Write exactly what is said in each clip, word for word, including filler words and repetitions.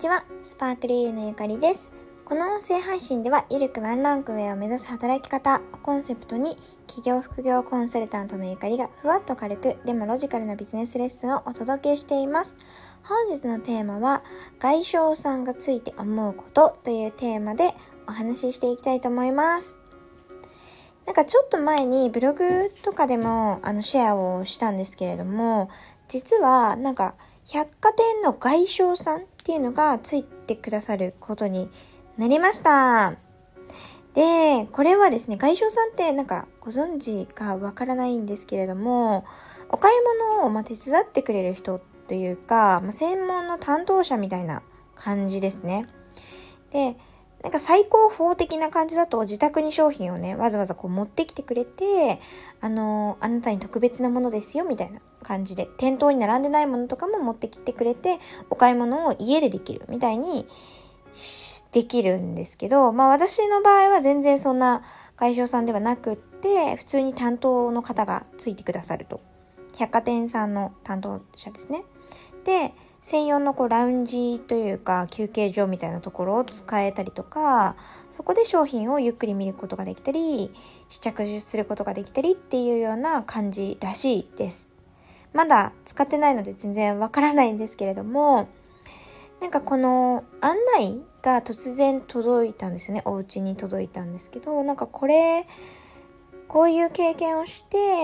ちは、スパークリーユのゆかりです。この音声配信では、ゆるくワンランク上を目指す働き方をコンセプトに、企業副業コンサルタントのゆかりがふわっと軽く、でもロジカルなビジネスレッスンをお届けしています。本日のテーマは、外商さんがついて思うことというテーマでお話ししていきたいと思います。なんかちょっと前にブログとかでもあのシェアをしたんですけれども、実はなんか百貨店の外商さんっていうのがついてくださることになりました。で、これはですね、外商さんってなんかご存知かわからないんですけれども、お買い物をまあ手伝ってくれる人というか、まあ、専門の担当者みたいな感じですね。で、なんか最高峰的な感じだと自宅に商品をね、わざわざこう持ってきてくれて、あの、あなたに特別なものですよみたいな感じで、店頭に並んでないものとかも持ってきてくれて、お買い物を家でできるみたいにできるんですけど、まあ私の場合は全然そんな外商さんではなくって、普通に担当の方がついてくださると。百貨店さんの担当者ですね。で、専用のこうラウンジというか休憩所みたいなところを使えたりとか、そこで商品をゆっくり見ることができたり、試着することができたりっていうような感じらしいです。まだ使ってないので全然わからないんですけれども、なんかこの案内が突然届いたんですよね。お家に届いたんですけど、なんかこれ、こういう経験をして、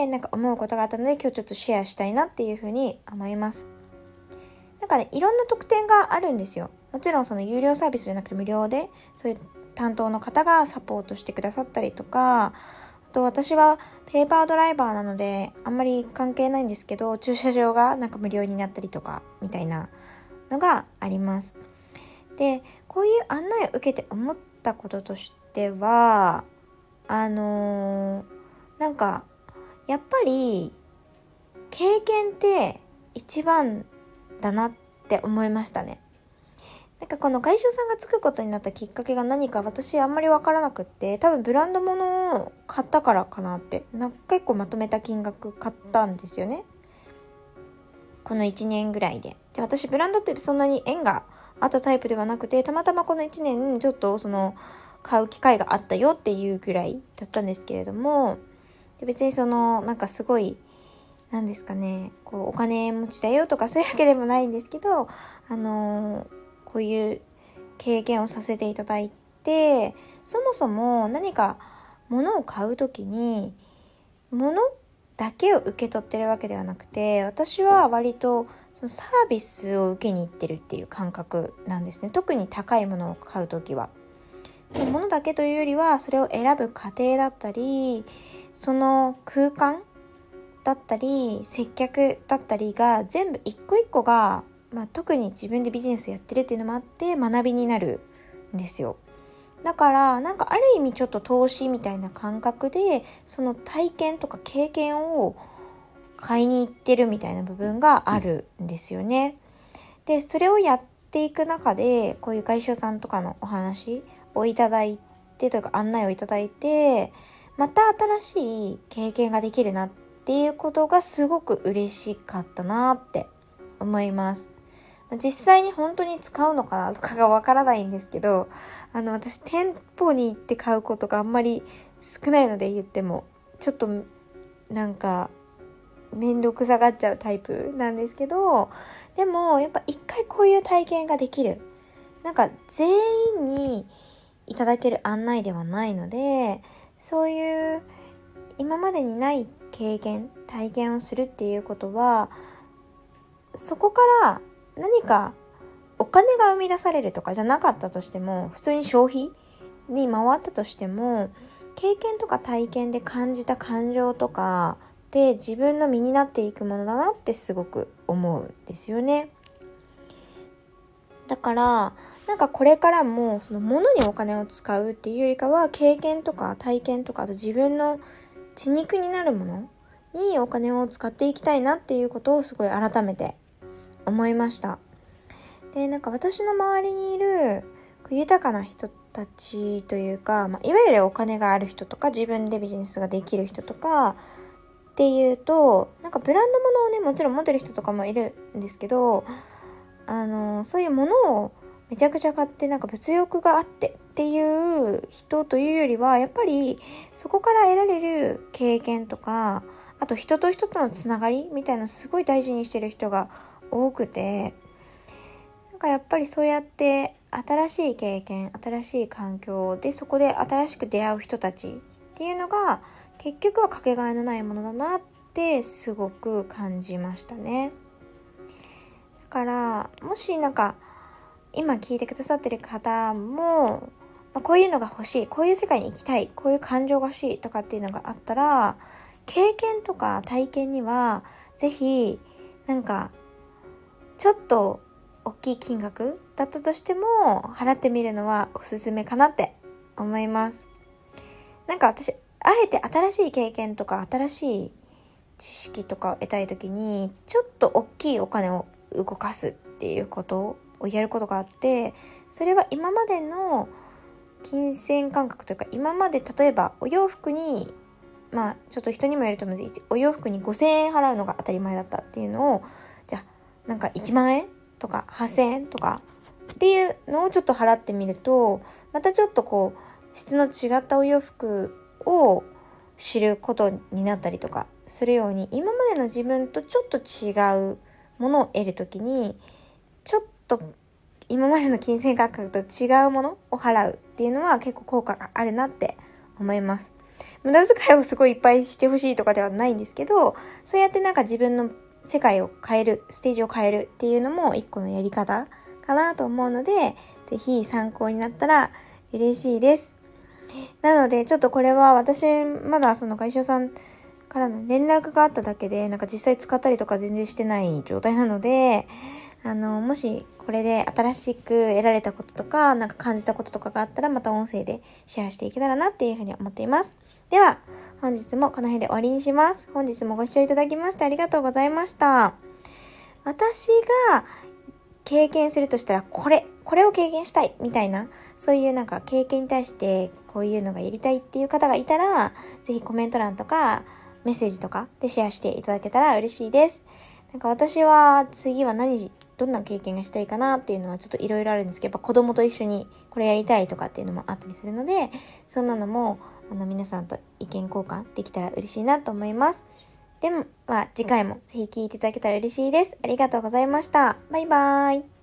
なんか思うことがあったので、今日ちょっとシェアしたいなっていうふうに思います。なんかね、いろんな特典があるんですよ。もちろんその有料サービスじゃなくて無料で、そういう担当の方がサポートしてくださったりとか、あと私はペーパードライバーなので、あんまり関係ないんですけど、駐車場がなんか無料になったりとか、みたいなのがあります。で、こういう案内を受けて思ったこととしては、あのー、なんか、やっぱり、経験って一番だなって思いましたね。なんかこの外商さんがつくことになったきっかけが何か私あんまりわからなくって、多分ブランド物を買ったからかなって、なんか結構まとめた金額買ったんですよね。このいちねんぐらいで。で、私ブランドってそんなに縁があったタイプではなくて、たまたまこのいちねんちょっとその買う機会があったよっていうぐらいだったんですけれども、で別にそのなんかすごいなんですかね、こうお金持ちだよとかそういうわけでもないんですけど、あのー、こういう経験をさせていただいて、そもそも何か物を買うときに物だけを受け取ってるわけではなくて、私は割とそのサービスを受けに行ってるっていう感覚なんですね。特に高いものを買うときは。その物だけというよりは、それを選ぶ過程だったり、その空間だったり接客だったりが全部一個一個が、まあ、特に自分でビジネスやってるっていうのもあって学びになるんですよ。だからなんかある意味ちょっと投資みたいな感覚でその体験とか経験を買いに行ってるみたいな部分があるんですよね。でそれをやっていく中でこういう外商さんとかのお話をいただいてというか案内をいただいて、また新しい経験ができるなってっていうことがすごく嬉しかったなって思います。実際に本当に使うのかなとかがわからないんですけど、あの私店舗に行って買うことがあんまり少ないので言ってもちょっとなんかめんどくさがっちゃうタイプなんですけど、でもやっぱ一回こういう体験ができる、なんか全員にいただける案内ではないので、そういう今までにない経験、体験をするっていうことは、そこから何かお金が生み出されるとかじゃなかったとしても、普通に消費に回ったとしても、経験とか体験で感じた感情とかで自分の身になっていくものだなってすごく思うんですよね。だからなんかこれからもその物にお金を使うっていうよりかは、経験とか体験とか、あと自分の血肉になるものにお金を使っていきたいなっていうことをすごい改めて思いました。で、なんか私の周りにいる豊かな人たちというか、まあ、いわゆるお金がある人とか自分でビジネスができる人とかっていうと、なんかブランド物をねもちろん持ってる人とかもいるんですけど、あのそういうものをめちゃくちゃ買ってなんか物欲があってっていう人というよりは、やっぱりそこから得られる経験とか、あと人と人とのつながりみたいなのすごい大事にしてる人が多くて、なんかやっぱりそうやって新しい経験、新しい環境でそこで新しく出会う人たちっていうのが結局はかけがえのないものだなってすごく感じましたね。だからもしなんか今聞いてくださってる方も、まあ、こういうのが欲しい、こういう世界に行きたい、こういう感情が欲しいとかっていうのがあったら、経験とか体験にはぜひなんかちょっと大きい金額だったとしても払ってみるのはおすすめかなって思います。なんか私あえて新しい経験とか新しい知識とかを得たいときにちょっと大きいお金を動かすっていうことをやることがあって、それは今までの金銭感覚というか、今まで例えばお洋服にまあちょっと人にもよると思うんです。お洋服にごせんえん払うのが当たり前だったっていうのを、じゃあなんかいちまんえんとかはっせんえんとかっていうのをちょっと払ってみると、またちょっとこう質の違ったお洋服を知ることになったりとかするように、今までの自分とちょっと違うものを得るときにちょっと今までの金銭感覚と違うものを払うっていうのは結構効果があるなって思います。無駄遣いをすごいいっぱいしてほしいとかではないんですけど、そうやってなんか自分の世界を変える、ステージを変えるっていうのも一個のやり方かなと思うので、ぜひ参考になったら嬉しいです。なのでちょっとこれは私まだその外商さんからの連絡があっただけで、なんか実際使ったりとか全然してない状態なので、あのもしこれで新しく得られたこととかなんか感じたこととかがあったら、また音声でシェアしていけたらなっていうふうに思っています。では本日もこの辺で終わりにします。本日もご視聴いただきましてありがとうございました。私が経験するとしたらこれこれを経験したいみたいな、そういうなんか経験に対してこういうのがやりたいっていう方がいたら、ぜひコメント欄とかメッセージとかでシェアしていただけたら嬉しいです。なんか私は次は何どんな経験がしたいかなっていうのはちょっといろいろあるんですけど、やっぱ子供と一緒にこれやりたいとかっていうのもあったりするので、そんなのもあの皆さんと意見交換できたら嬉しいなと思います。でも、まあ、次回もぜひ聞いていただけたら嬉しいです。ありがとうございました。バイバーイ。